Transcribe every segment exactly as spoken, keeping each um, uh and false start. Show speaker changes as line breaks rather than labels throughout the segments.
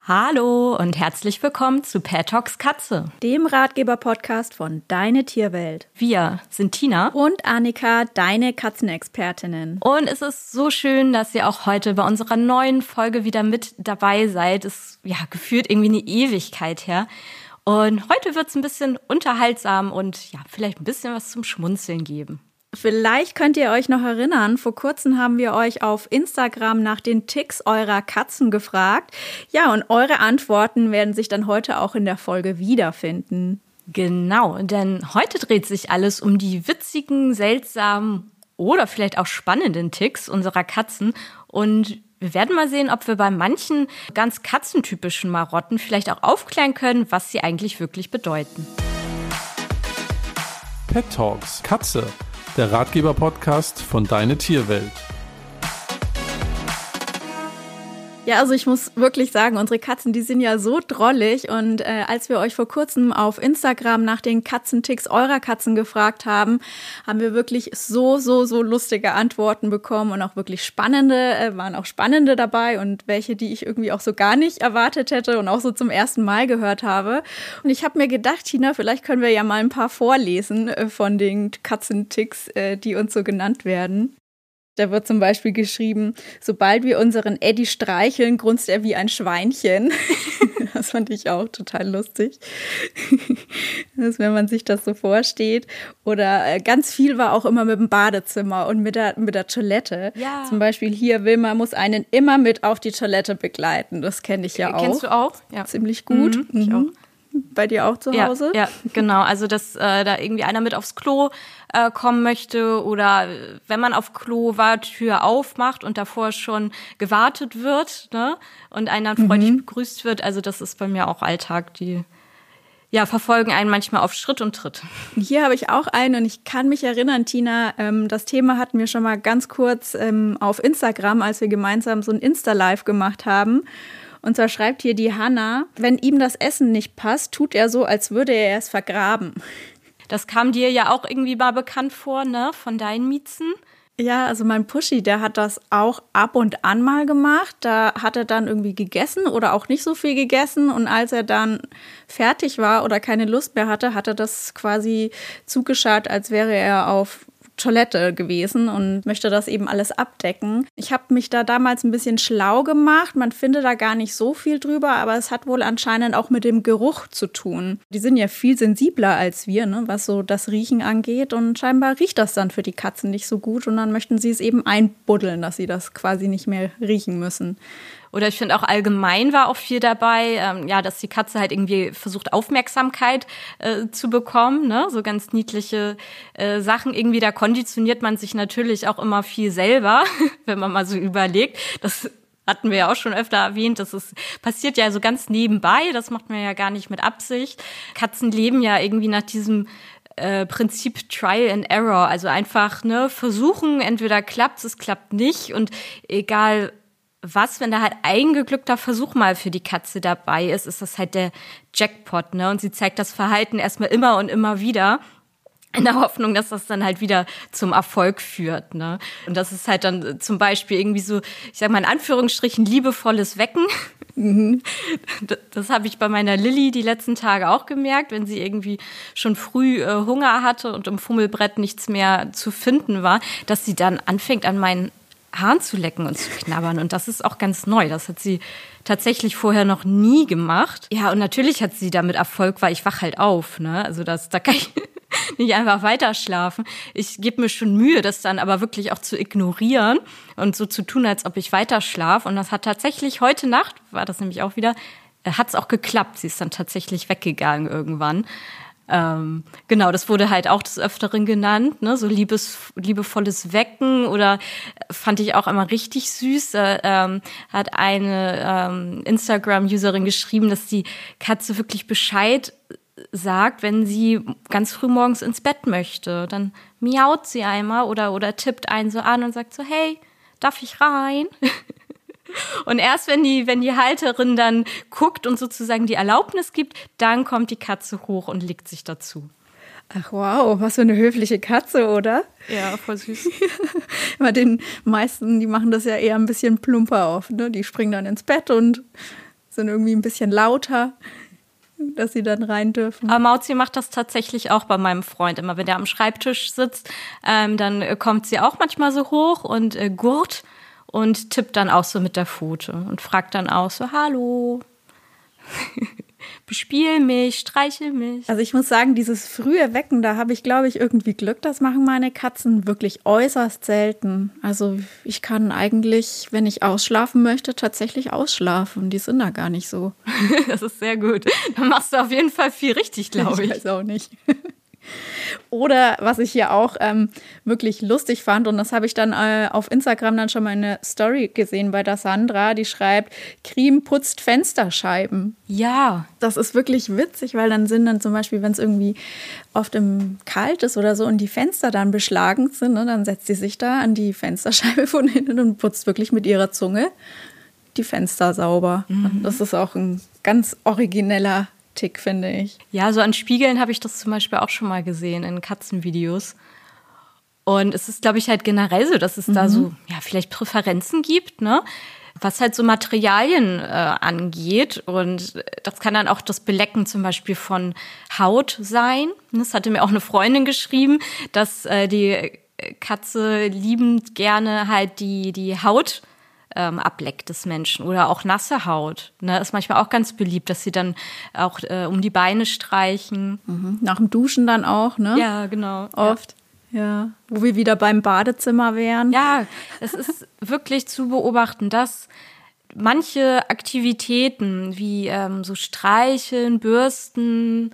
Hallo und herzlich willkommen zu Pet Talks Katze,
dem Ratgeber-Podcast von Deine Tierwelt.
Wir sind Tina
und Annika, deine Katzenexpertinnen.
Und es ist so schön, dass ihr auch heute bei unserer neuen Folge wieder mit dabei seid. Es ist ja gefühlt irgendwie eine Ewigkeit her. Und heute wird es ein bisschen unterhaltsam und ja, vielleicht ein bisschen was zum Schmunzeln geben.
Vielleicht könnt ihr euch noch erinnern, vor kurzem haben wir euch auf Instagram nach den Ticks eurer Katzen gefragt. Ja, und eure Antworten werden sich dann heute auch in der Folge wiederfinden.
Genau, denn heute dreht sich alles um die witzigen, seltsamen oder vielleicht auch spannenden Ticks unserer Katzen. Und wir werden mal sehen, ob wir bei manchen ganz katzentypischen Marotten vielleicht auch aufklären können, was sie eigentlich wirklich bedeuten.
Pet Talks Katze, der Ratgeber-Podcast von Deine Tierwelt.
Ja, also ich muss wirklich sagen, unsere Katzen, die sind ja so drollig. Und äh, als wir euch vor kurzem auf Instagram nach den Katzenticks eurer Katzen gefragt haben, haben wir wirklich so, so, so lustige Antworten bekommen und auch wirklich spannende, äh, waren auch spannende dabei und welche, die ich irgendwie auch so gar nicht erwartet hätte und auch so zum ersten Mal gehört habe. Und ich habe mir gedacht, Tina, vielleicht können wir ja mal ein paar vorlesen äh, von den Katzenticks, äh, die uns so genannt werden. Da wird zum Beispiel geschrieben, sobald wir unseren Eddie streicheln, grunzt er wie ein Schweinchen. Das fand ich auch total lustig, dass, wenn man sich das so vorsteht. Oder äh, ganz viel war auch immer mit dem Badezimmer und mit der, mit der Toilette.
Ja.
Zum Beispiel hier, Wilma muss einen immer mit auf die Toilette begleiten. Das kenne ich ja auch.
Kennst du auch?
Ja. Ziemlich gut.
Mhm, ich auch.
Bei dir auch zu Hause?
Ja, ja, genau. Also, dass äh, da irgendwie einer mit aufs Klo äh, kommen möchte oder wenn man auf Klo war, Tür aufmacht und davor schon gewartet wird, ne? Und einen dann freudig mhm. begrüßt wird. Also, das ist bei mir auch Alltag. Die ja, verfolgen einen manchmal auf Schritt und Tritt.
Hier habe ich auch einen und ich kann mich erinnern, Tina, ähm, das Thema hatten wir schon mal ganz kurz ähm, auf Instagram, als wir gemeinsam so ein Insta-Live gemacht haben. Und zwar schreibt hier die Hanna, wenn ihm das Essen nicht passt, tut er so, als würde er es vergraben.
Das kam dir ja auch irgendwie mal bekannt vor, ne, von deinen Miezen?
Ja, also mein Puschi, der hat das auch ab und an mal gemacht. Da hat er dann irgendwie gegessen oder auch nicht so viel gegessen. Und als er dann fertig war oder keine Lust mehr hatte, hat er das quasi zugeschaut, als wäre er auf Toilette gewesen und möchte das eben alles abdecken. Ich habe mich da damals ein bisschen schlau gemacht. Man findet da gar nicht so viel drüber, aber es hat wohl anscheinend auch mit dem Geruch zu tun. Die sind ja viel sensibler als wir, ne, was so das Riechen angeht. Und scheinbar riecht das dann für die Katzen nicht so gut. Und dann möchten sie es eben einbuddeln, dass sie das quasi nicht mehr riechen müssen.
Oder ich finde auch allgemein war auch viel dabei, ähm, ja, dass die Katze halt irgendwie versucht, Aufmerksamkeit äh, zu bekommen, ne? So ganz niedliche äh, Sachen. Irgendwie, da konditioniert man sich natürlich auch immer viel selber, wenn man mal so überlegt. Das hatten wir ja auch schon öfter erwähnt, das ist, passiert ja so ganz nebenbei, das macht man ja gar nicht mit Absicht. Katzen leben ja irgendwie nach diesem Äh, Prinzip Trial and Error, also einfach ne versuchen, entweder klappt es, klappt nicht und egal was, wenn da halt ein geglückter Versuch mal für die Katze dabei ist, ist das halt der Jackpot, ne? Und sie zeigt das Verhalten erstmal immer und immer wieder in der Hoffnung, dass das dann halt wieder zum Erfolg führt, ne? Und das ist halt dann zum Beispiel irgendwie so, ich sag mal in Anführungsstrichen, liebevolles Wecken. Mhm. Das, das habe ich bei meiner Lilly die letzten Tage auch gemerkt, wenn sie irgendwie schon früh äh, Hunger hatte und im Fummelbrett nichts mehr zu finden war, dass sie dann anfängt, an meinen Haaren zu lecken und zu knabbern. Und das ist auch ganz neu. Das hat sie tatsächlich vorher noch nie gemacht. Ja, und natürlich hat sie damit Erfolg, weil ich wach halt auf, ne? Also das, da kann ich nicht einfach weiter schlafen. Ich gebe mir schon Mühe, das dann aber wirklich auch zu ignorieren und so zu tun, als ob ich weiter schlafe. Und das hat tatsächlich heute Nacht, war das nämlich auch wieder, hat es auch geklappt. Sie ist dann tatsächlich weggegangen irgendwann. Ähm, genau, das wurde halt auch des Öfteren genannt, ne, so liebes, liebevolles Wecken oder fand ich auch immer richtig süß. Äh, ähm, hat eine ähm, Instagram-Userin geschrieben, dass die Katze wirklich Bescheid sagt, wenn sie ganz früh morgens ins Bett möchte. Dann miaut sie einmal oder, oder tippt einen so an und sagt so, hey, darf ich rein? Und erst wenn die, wenn die Halterin dann guckt und sozusagen die Erlaubnis gibt, dann kommt die Katze hoch und legt sich dazu.
Ach wow, was für eine höfliche Katze, oder?
Ja, voll süß.
Bei den meisten, die machen das ja eher ein bisschen plumper auf, ne? Die springen dann ins Bett und sind irgendwie ein bisschen lauter, dass sie dann rein dürfen.
Aber Mauzi macht das tatsächlich auch bei meinem Freund. Immer wenn der am Schreibtisch sitzt, ähm, dann äh, kommt sie auch manchmal so hoch und äh, gurt und tippt dann auch so mit der Pfote und fragt dann auch so, hallo, bespiel mich, streichel mich.
Also ich muss sagen, dieses frühe Wecken, da habe ich, glaube ich, irgendwie Glück. Das machen meine Katzen wirklich äußerst selten. Also ich kann eigentlich, wenn ich ausschlafen möchte, tatsächlich ausschlafen. Die sind da gar nicht so.
Das ist sehr gut. Dann machst du auf jeden Fall viel richtig, glaube ich.
Ich weiß auch nicht. Oder was ich hier auch ähm, wirklich lustig fand, und das habe ich dann äh, auf Instagram dann schon mal in der Story gesehen bei der Sandra, die schreibt, Creme putzt Fensterscheiben.
Ja.
Das ist wirklich witzig, weil dann sind dann zum Beispiel, wenn es irgendwie oft im Kalt ist oder so und die Fenster dann beschlagen sind, ne, dann setzt sie sich da an die Fensterscheibe von hinten und putzt wirklich mit ihrer Zunge die Fenster sauber. Mhm. Das ist auch ein ganz origineller Tick, finde ich.
Ja, so an Spiegeln habe ich das zum Beispiel auch schon mal gesehen in Katzenvideos. Und es ist, glaube ich, halt generell so, dass es mhm. da so, ja, vielleicht Präferenzen gibt, ne? Was halt so Materialien äh, angeht. Und das kann dann auch das Belecken zum Beispiel von Haut sein. Das hatte mir auch eine Freundin geschrieben, dass äh, die Katze liebend gerne halt die, die Haut Ähm, ableckt des Menschen oder auch nasse Haut. Ne, ist manchmal auch ganz beliebt, dass sie dann auch äh, um die Beine streichen.
Mhm. Nach dem Duschen dann auch, ne?
Ja, genau.
Oft. Ja. ja. Wo wir wieder beim Badezimmer wären.
Ja, es ist wirklich zu beobachten, dass manche Aktivitäten wie ähm, so Streicheln, Bürsten,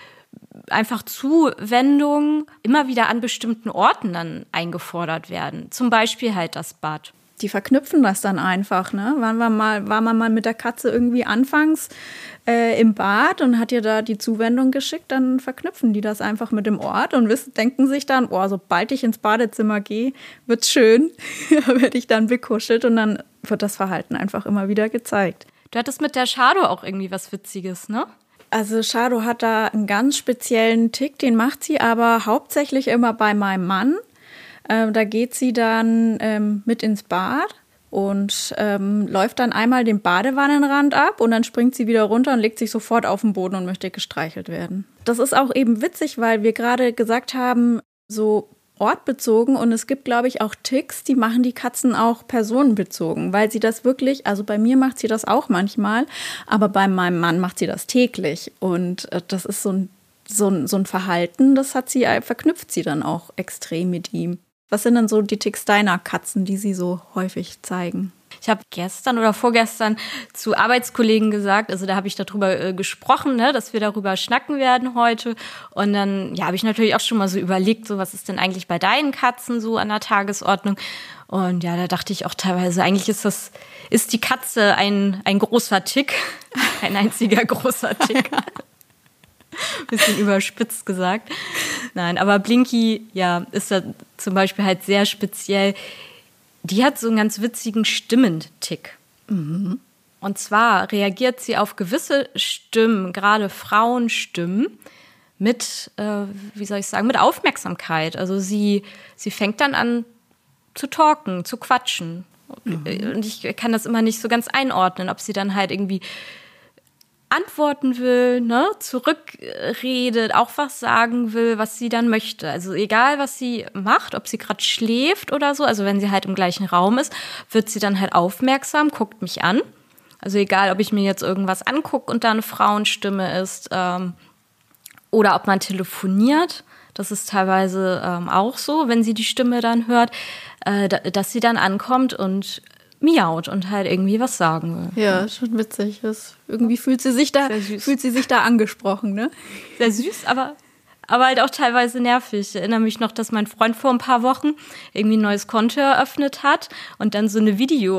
einfach Zuwendung immer wieder an bestimmten Orten dann eingefordert werden. Zum Beispiel halt das Bad.
Die verknüpfen das dann einfach, ne? Waren wir mal, war man mal mit der Katze irgendwie anfangs äh, im Bad und hat ihr da die Zuwendung geschickt, dann verknüpfen die das einfach mit dem Ort und wissen, denken sich dann, oh, sobald ich ins Badezimmer gehe, wird's schön, da werde ich dann bekuschelt und dann wird das Verhalten einfach immer wieder gezeigt.
Du hattest mit der Shado auch irgendwie was Witziges, ne?
Also Shado hat da einen ganz speziellen Tick, den macht sie aber hauptsächlich immer bei meinem Mann. Ähm, da geht sie dann ähm, mit ins Bad und ähm, läuft dann einmal den Badewannenrand ab und dann springt sie wieder runter und legt sich sofort auf den Boden und möchte gestreichelt werden. Das ist auch eben witzig, weil wir gerade gesagt haben, so ortbezogen und es gibt, glaube ich, auch Ticks, die machen die Katzen auch personenbezogen, weil sie das wirklich, also bei mir macht sie das auch manchmal, aber bei meinem Mann macht sie das täglich und äh, das ist so ein, so ein, so ein Verhalten, das hat sie, verknüpft sie dann auch extrem mit ihm. Was sind denn so die Ticks deiner Katzen, die sie so häufig zeigen?
Ich habe gestern oder vorgestern zu Arbeitskollegen gesagt, also da habe ich darüber äh, gesprochen, ne, dass wir darüber schnacken werden heute. Und dann ja, habe ich natürlich auch schon mal so überlegt, so was ist denn eigentlich bei deinen Katzen so an der Tagesordnung? Und ja, da dachte ich auch teilweise, eigentlich ist das, ist die Katze ein, ein großer Tick, ein einziger großer Tick. Bisschen überspitzt gesagt. Nein, aber Blinky, ja, ist da zum Beispiel halt sehr speziell. Die hat so einen ganz witzigen Stimmentick. Mhm. Und zwar reagiert sie auf gewisse Stimmen, gerade Frauenstimmen, mit, äh, wie soll ich sagen, mit Aufmerksamkeit. Also sie, sie fängt dann an zu talken, zu quatschen. Mhm. Und ich kann das immer nicht so ganz einordnen, ob sie dann halt irgendwie antworten will, ne, zurückredet, auch was sagen will, was sie dann möchte. Also egal, was sie macht, ob sie gerade schläft oder so, also wenn sie halt im gleichen Raum ist, wird sie dann halt aufmerksam, guckt mich an. Also egal, ob ich mir jetzt irgendwas angucke und da eine Frauenstimme ist ähm, oder ob man telefoniert, das ist teilweise ähm, auch so, wenn sie die Stimme dann hört, äh, dass sie dann ankommt und miaut und halt irgendwie was sagen will.
Ja, schon witzig. Das, irgendwie fühlt sie sich da, fühlt sie sich da angesprochen, ne?
Sehr süß, aber, aber halt auch teilweise nervig. Ich erinnere mich noch, dass mein Freund vor ein paar Wochen irgendwie ein neues Konto eröffnet hat und dann so eine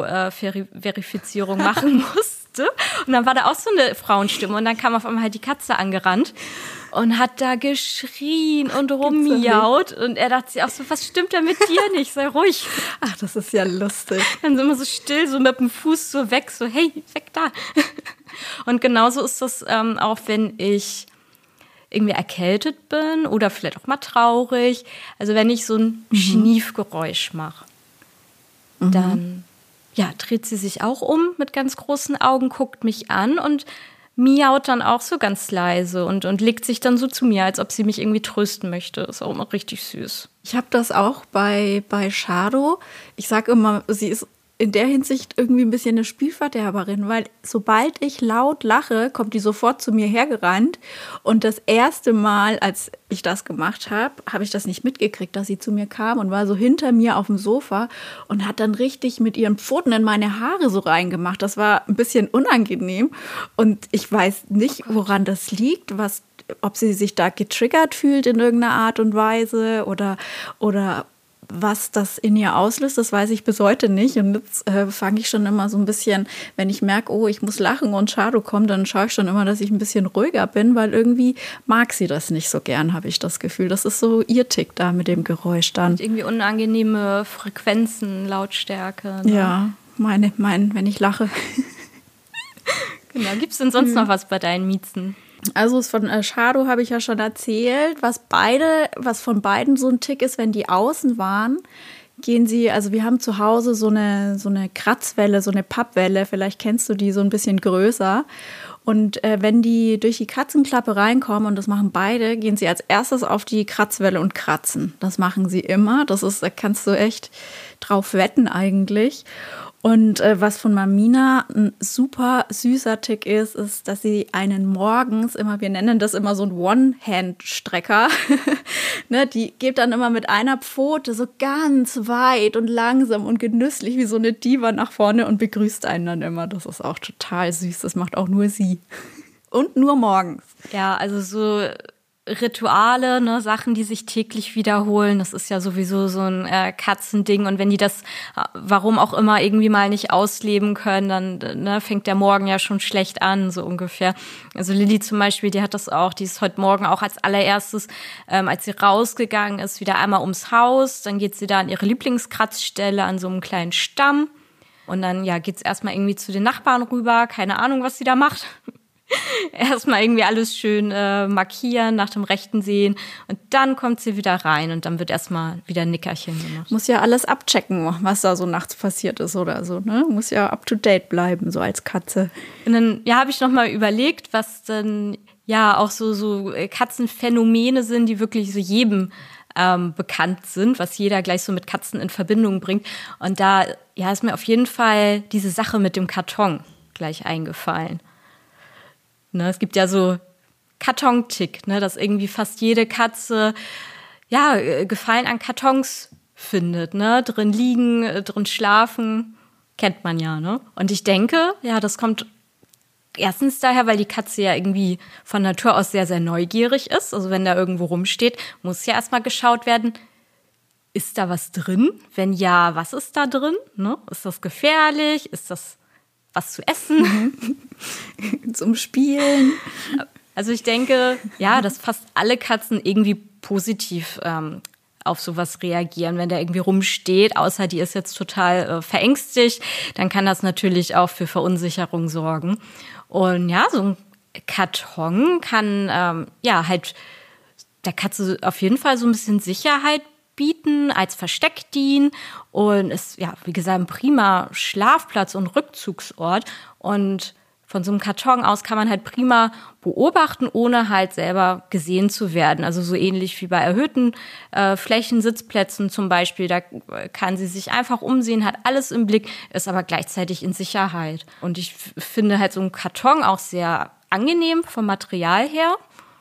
Video-Verifizierung machen musste. Und dann war da auch so eine Frauenstimme und dann kam auf einmal halt die Katze angerannt und hat da geschrien und rummiaut. Und er dachte sich auch so, was stimmt da mit dir nicht? Sei ruhig.
Ach, das ist ja lustig.
Dann sind wir so still, so mit dem Fuß so weg, so hey, weg da. Und genauso ist das ähm, auch, wenn ich irgendwie erkältet bin oder vielleicht auch mal traurig. Also wenn ich so ein mhm. Schniefgeräusch mache, mhm. dann ja, dreht sie sich auch um mit ganz großen Augen, guckt mich an und miaut dann auch so ganz leise und, und legt sich dann so zu mir, als ob sie mich irgendwie trösten möchte. Ist auch immer richtig süß.
Ich habe das auch bei, bei Shadow. Ich sage immer, sie ist in der Hinsicht irgendwie ein bisschen eine Spielverderberin, weil sobald ich laut lache, kommt die sofort zu mir hergerannt. Und das erste Mal, als ich das gemacht habe, habe ich das nicht mitgekriegt, dass sie zu mir kam und war so hinter mir auf dem Sofa und hat dann richtig mit ihren Pfoten in meine Haare so reingemacht. Das war ein bisschen unangenehm und ich weiß nicht, woran das liegt, was, ob sie sich da getriggert fühlt in irgendeiner Art und Weise oder, oder was das in ihr auslöst, das weiß ich bis heute nicht. Und jetzt äh, fange ich schon immer so ein bisschen, wenn ich merke, oh, ich muss lachen und Shadow kommt, dann schaue ich schon immer, dass ich ein bisschen ruhiger bin, weil irgendwie mag sie das nicht so gern, habe ich das Gefühl. Das ist so ihr Tick da mit dem Geräusch dann.
Und irgendwie unangenehme Frequenzen, Lautstärke. Ne?
Ja, meine, mein, wenn ich lache.
Genau. Gibt es denn sonst mhm. noch was bei deinen Miezen?
Also von äh, Shadow habe ich ja schon erzählt, was beide, was von beiden so ein Tick ist, wenn die außen waren, gehen sie, also wir haben zu Hause so eine, so eine Kratzwelle, so eine Pappwelle, vielleicht kennst du die, so ein bisschen größer. Und äh, wenn die durch die Katzenklappe reinkommen, und das machen beide, gehen sie als erstes auf die Kratzwelle und kratzen. Das machen sie immer, das ist, da kannst du echt drauf wetten eigentlich. Und äh, was von Mamina ein super süßer Tick ist, ist, dass sie einen morgens immer, wir nennen das immer so ein One-Hand-Strecker, ne, die geht dann immer mit einer Pfote so ganz weit und langsam und genüsslich wie so eine Diva nach vorne und begrüßt einen dann immer. Das ist auch total süß, das macht auch nur sie. Und nur morgens.
Ja, also so Rituale, ne, Sachen, die sich täglich wiederholen, das ist ja sowieso so ein äh, Katzending und wenn die das, warum auch immer, irgendwie mal nicht ausleben können, dann ne, fängt der Morgen ja schon schlecht an, so ungefähr. Also Lilly zum Beispiel, die hat das auch, die ist heute Morgen auch als allererstes, ähm, als sie rausgegangen ist, wieder einmal ums Haus, dann geht sie da an ihre Lieblingskratzstelle, an so einem kleinen Stamm und dann ja geht's erstmal irgendwie zu den Nachbarn rüber, keine Ahnung, was sie da macht. Erstmal irgendwie alles schön äh, markieren, nach dem Rechten sehen und dann kommt sie wieder rein und dann wird erstmal wieder ein Nickerchen gemacht.
Muss ja alles abchecken, was da so nachts passiert ist oder so, ne? Muss ja up to date bleiben, so als Katze.
Und dann ja, habe ich noch mal überlegt, was denn ja auch so so Katzenphänomene sind, die wirklich so jedem ähm, bekannt sind, was jeder gleich so mit Katzen in Verbindung bringt. Und da ja ist mir auf jeden Fall diese Sache mit dem Karton gleich eingefallen. Ne, es gibt ja so Kartontick, ne, dass irgendwie fast jede Katze ja Gefallen an Kartons findet, ne, drin liegen, drin schlafen, kennt man ja, ne? Und ich denke, ja, das kommt erstens daher, weil die Katze ja irgendwie von Natur aus sehr, sehr neugierig ist. Also wenn da irgendwo rumsteht, muss ja erstmal geschaut werden, ist da was drin? Wenn ja, was ist da drin? Ne? Ist das gefährlich? Ist das was zu essen?
Zum Spielen?
Also ich denke, ja, dass fast alle Katzen irgendwie positiv ähm, auf sowas reagieren, wenn der irgendwie rumsteht, außer die ist jetzt total äh, verängstigt, dann kann das natürlich auch für Verunsicherung sorgen. Und ja, so ein Karton kann ähm, ja halt der Katze auf jeden Fall so ein bisschen Sicherheit bieten, als Versteck dienen und ist, ja, wie gesagt, ein prima Schlafplatz und Rückzugsort. Und von so einem Karton aus kann man halt prima beobachten, ohne halt selber gesehen zu werden. Also so ähnlich wie bei erhöhten äh, Flächensitzplätzen zum Beispiel. Da kann sie sich einfach umsehen, hat alles im Blick, ist aber gleichzeitig in Sicherheit. Und ich f- finde halt so einen Karton auch sehr angenehm vom Material her.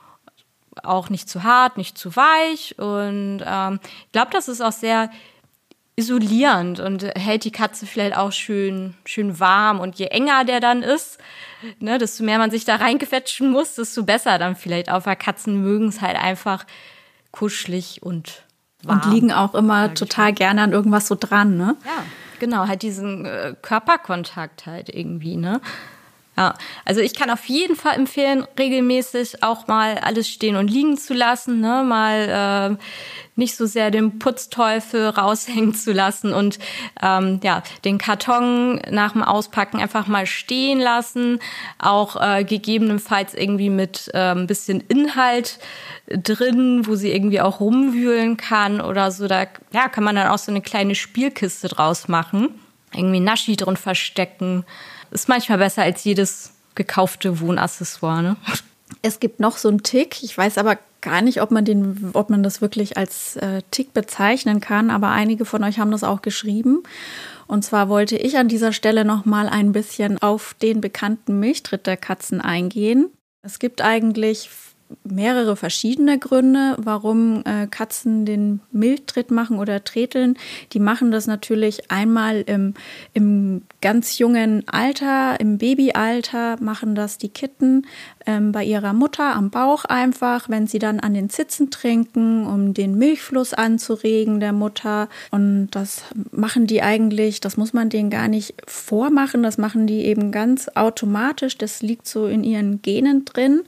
Auch nicht zu hart, nicht zu weich. Und ähm, ich glaube, das ist auch sehr isolierend und hält die Katze vielleicht auch schön, schön warm. Und je enger der dann ist, ne, desto mehr man sich da reinquetschen muss, desto besser dann vielleicht auch. Weil Katzen mögen es halt einfach kuschelig und warm.
Und liegen auch immer total gerne an irgendwas so dran, ne?
Ja, genau, halt diesen äh, Körperkontakt halt irgendwie, ne? Ja, also ich kann auf jeden Fall empfehlen, regelmäßig auch mal alles stehen und liegen zu lassen, ne, mal äh, nicht so sehr den Putzteufel raushängen zu lassen und ähm, ja, den Karton nach dem Auspacken einfach mal stehen lassen, auch äh, gegebenenfalls irgendwie mit äh, ein bisschen Inhalt drin, wo sie irgendwie auch rumwühlen kann oder so, da ja, kann man dann auch so eine kleine Spielkiste draus machen. irgendwie Naschi drin verstecken. Ist manchmal besser als jedes gekaufte Wohnaccessoire, ne?
Es gibt noch so einen Tick, ich weiß aber gar nicht, ob man den, ob man das wirklich als äh, Tick bezeichnen kann, aber einige von euch haben das auch geschrieben. Und zwar wollte ich an dieser Stelle noch mal ein bisschen auf den bekannten Milchtritt der Katzen eingehen. Es gibt eigentlich mehrere verschiedene Gründe, warum äh, Katzen den Milchtritt machen oder treteln. Die machen das natürlich einmal im, im ganz jungen Alter, im Babyalter machen das die Kitten ähm, bei ihrer Mutter am Bauch einfach, wenn sie dann an den Zitzen trinken, um den Milchfluss anzuregen der Mutter. Und das machen die eigentlich, das muss man denen gar nicht vormachen, das machen die eben ganz automatisch, das liegt so in ihren Genen drin.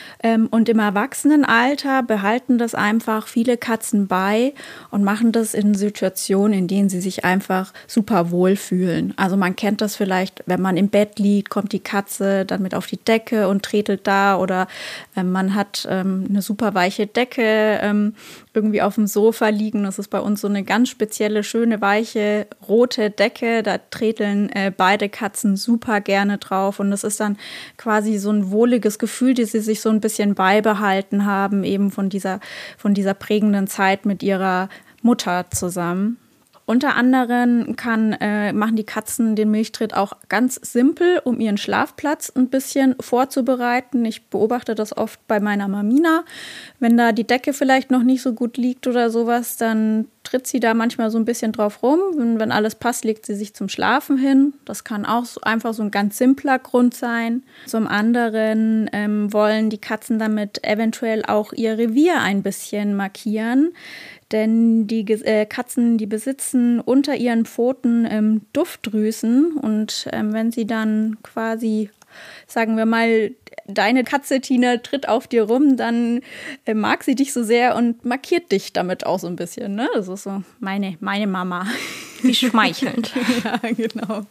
Und im Erwachsenenalter behalten das einfach viele Katzen bei und machen das in Situationen, in denen sie sich einfach super wohl fühlen. Also man kennt das vielleicht, wenn man im Bett liegt, kommt die Katze dann mit auf die Decke und tretelt da, oder äh, man hat ähm, eine super weiche Decke ähm, irgendwie auf dem Sofa liegen. Das ist bei uns so eine ganz spezielle, schöne, weiche, rote Decke. Da treteln äh, beide Katzen super gerne drauf. Und das ist dann quasi so ein wohliges Gefühl, das sie sich so ein bisschen beibehalten haben, eben von dieser, von dieser prägenden Zeit mit ihrer Mutter zusammen. Unter anderem kann, äh, machen die Katzen den Milchtritt auch ganz simpel, um ihren Schlafplatz ein bisschen vorzubereiten. Ich beobachte das oft bei meiner Mamina. Wenn da die Decke vielleicht noch nicht so gut liegt oder sowas, dann tritt sie da manchmal so ein bisschen drauf rum. Wenn, wenn alles passt, legt sie sich zum Schlafen hin. Das kann auch so, einfach so ein ganz simpler Grund sein. Zum anderen ähm, wollen die Katzen damit eventuell auch ihr Revier ein bisschen markieren. Denn die äh, Katzen, die besitzen unter ihren Pfoten ähm, Duftdrüsen. Und ähm, wenn sie dann quasi, sagen wir mal, deine Katze Tina tritt auf dir rum, dann äh, mag sie dich so sehr und markiert dich damit auch so ein bisschen. Ne? Das ist so meine, meine Mama.
Wie schmeichelnd.
Ja, genau.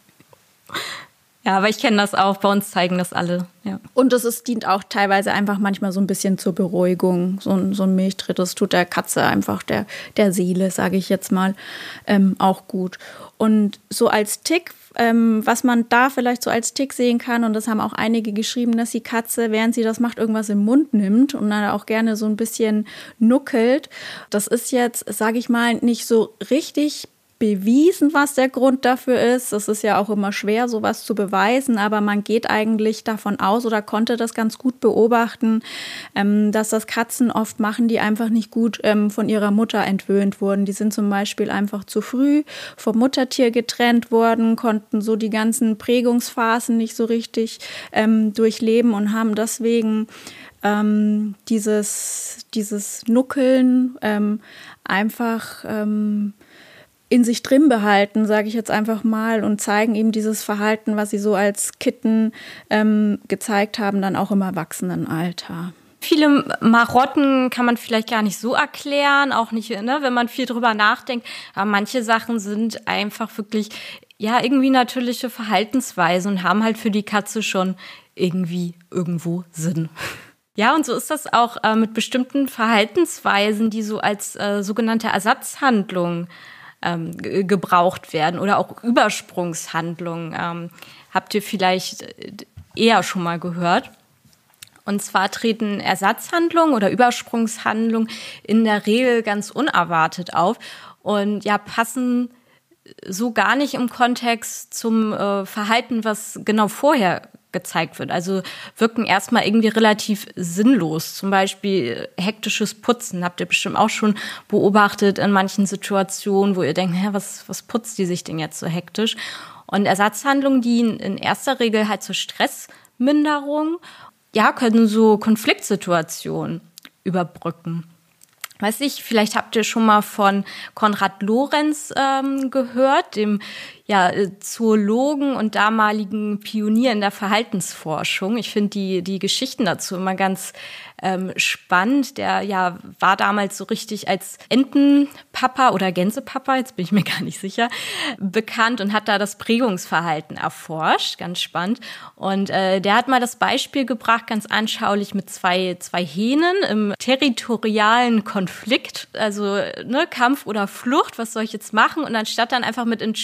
Ja, aber ich kenne das auch. Bei uns zeigen das alle. Ja.
Und es ist, dient auch teilweise einfach manchmal so ein bisschen zur Beruhigung. So ein, so ein Milchtritt, das tut der Katze einfach, der, der Seele, sage ich jetzt mal, ähm, auch gut. Und so als Tick, ähm, was man da vielleicht so als Tick sehen kann, und das haben auch einige geschrieben, dass die Katze, während sie das macht, irgendwas im Mund nimmt und dann auch gerne so ein bisschen nuckelt. Das ist jetzt, sage ich mal, nicht so richtig bewiesen, was der Grund dafür ist. Es ist ja auch immer schwer, sowas zu beweisen, aber man geht eigentlich davon aus oder konnte das ganz gut beobachten, ähm, dass das Katzen oft machen, die einfach nicht gut ähm, von ihrer Mutter entwöhnt wurden. Die sind zum Beispiel einfach zu früh vom Muttertier getrennt worden, konnten so die ganzen Prägungsphasen nicht so richtig ähm, durchleben und haben deswegen ähm, dieses, dieses Nuckeln ähm, einfach ähm, in sich drin behalten, sage ich jetzt einfach mal, und zeigen eben dieses Verhalten, was sie so als Kitten ähm, gezeigt haben, dann auch im Erwachsenenalter.
Viele Marotten kann man vielleicht gar nicht so erklären, auch nicht, ne, wenn man viel drüber nachdenkt. Aber manche Sachen sind einfach wirklich, ja, irgendwie natürliche Verhaltensweisen und haben halt für die Katze schon irgendwie irgendwo Sinn. Ja, und so ist das auch äh, mit bestimmten Verhaltensweisen, die so als äh, sogenannte Ersatzhandlung ähm, g- gebraucht werden oder auch Übersprungshandlungen. Ähm, habt ihr vielleicht eher schon mal gehört? Und zwar treten Ersatzhandlungen oder Übersprungshandlungen in der Regel ganz unerwartet auf und ja, passen so gar nicht im Kontext zum äh, Verhalten, was genau vorher gezeigt wird. Also wirken erstmal irgendwie relativ sinnlos. Zum Beispiel hektisches Putzen habt ihr bestimmt auch schon beobachtet in manchen Situationen, wo ihr denkt, hä, was, was putzt die sich denn jetzt so hektisch? Und Ersatzhandlungen dienen in erster Regel halt zur Stressminderung, ja, können so Konfliktsituationen überbrücken. Weiß ich, vielleicht habt ihr schon mal von Konrad Lorenz ähm, gehört, dem ja, Zoologen und damaligen Pionier in der Verhaltensforschung. Ich finde die, die Geschichten dazu immer ganz ähm, spannend. Der ja war damals so richtig als Entenpapa oder Gänsepapa, jetzt bin ich mir gar nicht sicher, bekannt und hat da das Prägungsverhalten erforscht. Ganz spannend. Und äh, der hat mal das Beispiel gebracht, ganz anschaulich, mit zwei, zwei Hähnen im territorialen Konflikt. Also ne, Kampf oder Flucht, was soll ich jetzt machen? Und anstatt dann einfach mit Entschlossenheit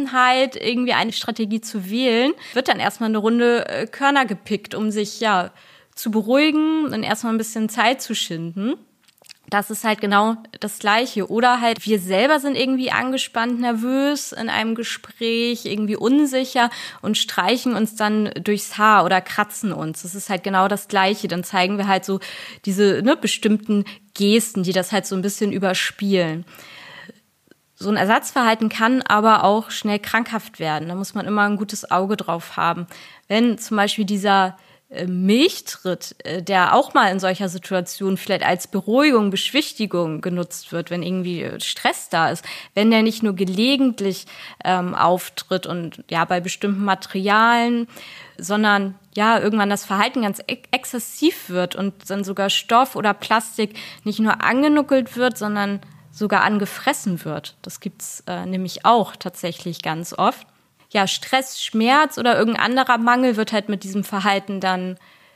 Entschlossenheit, irgendwie eine Strategie zu wählen, wird dann erstmal eine Runde äh, Körner gepickt, um sich ja zu beruhigen und erstmal ein bisschen Zeit zu schinden. Das ist halt genau das Gleiche. Oder halt, wir selber sind irgendwie angespannt, nervös in einem Gespräch, irgendwie unsicher und streichen uns dann durchs Haar oder kratzen uns. Das ist halt genau das Gleiche. Dann zeigen wir halt so diese ne, bestimmten Gesten, die das halt so ein bisschen überspielen. So ein Ersatzverhalten kann aber auch schnell krankhaft werden. Da muss man immer ein gutes Auge drauf haben. Wenn zum Beispiel dieser Milchtritt, der auch mal in solcher Situation vielleicht als Beruhigung, Beschwichtigung genutzt wird, wenn irgendwie Stress da ist, wenn der nicht nur gelegentlich ähm, auftritt und ja bei bestimmten Materialien, sondern ja irgendwann das Verhalten ganz ex- exzessiv wird und dann sogar Stoff oder Plastik nicht nur angenuckelt wird, sondern sogar angefressen wird. Das gibt's äh, nämlich auch tatsächlich ganz oft. Ja, Stress, Schmerz oder irgendein anderer Mangel wird halt mit diesem Verhalten dann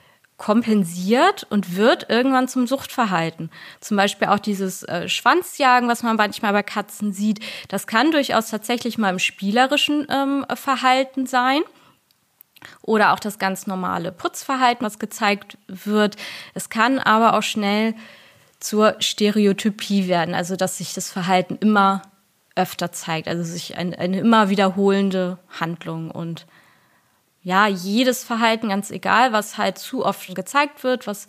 kompensiert und wird irgendwann zum Suchtverhalten. Zum Beispiel auch dieses äh, Schwanzjagen, was man manchmal bei Katzen sieht, das kann durchaus tatsächlich mal im spielerischen ähm, Verhalten sein. Oder auch das ganz normale Putzverhalten, was gezeigt wird. Es kann aber auch schnell zur Stereotypie werden, also dass sich das Verhalten immer öfter zeigt, also sich ein, eine immer wiederholende Handlung und ja, jedes Verhalten, ganz egal, was halt zu oft gezeigt wird, was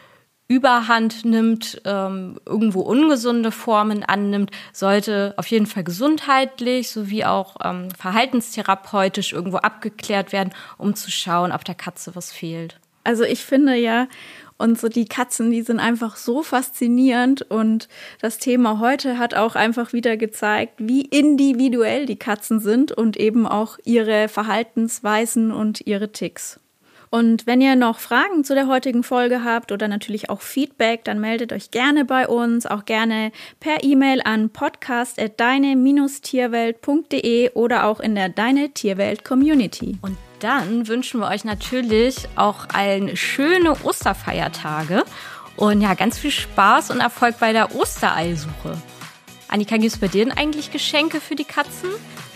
Überhand nimmt, ähm, irgendwo ungesunde Formen annimmt, sollte auf jeden Fall gesundheitlich sowie auch ähm, verhaltenstherapeutisch irgendwo abgeklärt werden, um zu schauen, ob der Katze was fehlt.
Also ich finde ja, und so die Katzen, die sind einfach so faszinierend und das Thema heute hat auch einfach wieder gezeigt, wie individuell die Katzen sind und eben auch ihre Verhaltensweisen und ihre Ticks. Und wenn ihr noch Fragen zu der heutigen Folge habt oder natürlich auch Feedback, dann meldet euch gerne bei uns, auch gerne per E-Mail an podcast at deine Bindestrich tierwelt punkt de oder auch in der Deine Tierwelt Community.
Und dann wünschen wir euch natürlich auch allen schöne Osterfeiertage und ja, ganz viel Spaß und Erfolg bei der Ostereisuche. Annika, gibt es bei dir denn eigentlich Geschenke für die Katzen?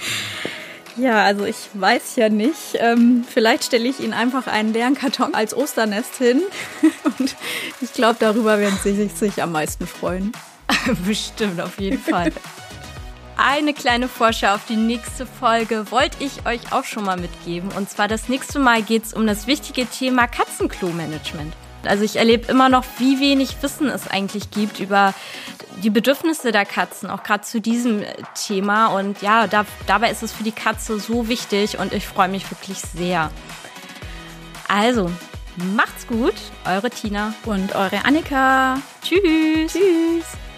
Ja, also ich weiß ja nicht. Ähm, vielleicht stelle ich ihnen einfach einen leeren Karton als Osternest hin. Und ich glaube, darüber werden sie sich, sich am meisten freuen.
Bestimmt, auf jeden Fall. Eine kleine Vorschau auf die nächste Folge wollte ich euch auch schon mal mitgeben. Und zwar das nächste Mal geht es um das wichtige Thema Katzenklo-Management. Also ich erlebe immer noch, wie wenig Wissen es eigentlich gibt über die Bedürfnisse der Katzen, auch gerade zu diesem Thema. Und ja, da, dabei ist es für die Katze so wichtig und ich freue mich wirklich sehr. Also, macht's gut, eure Tina
und eure Annika.
Tschüss.
Tschüss.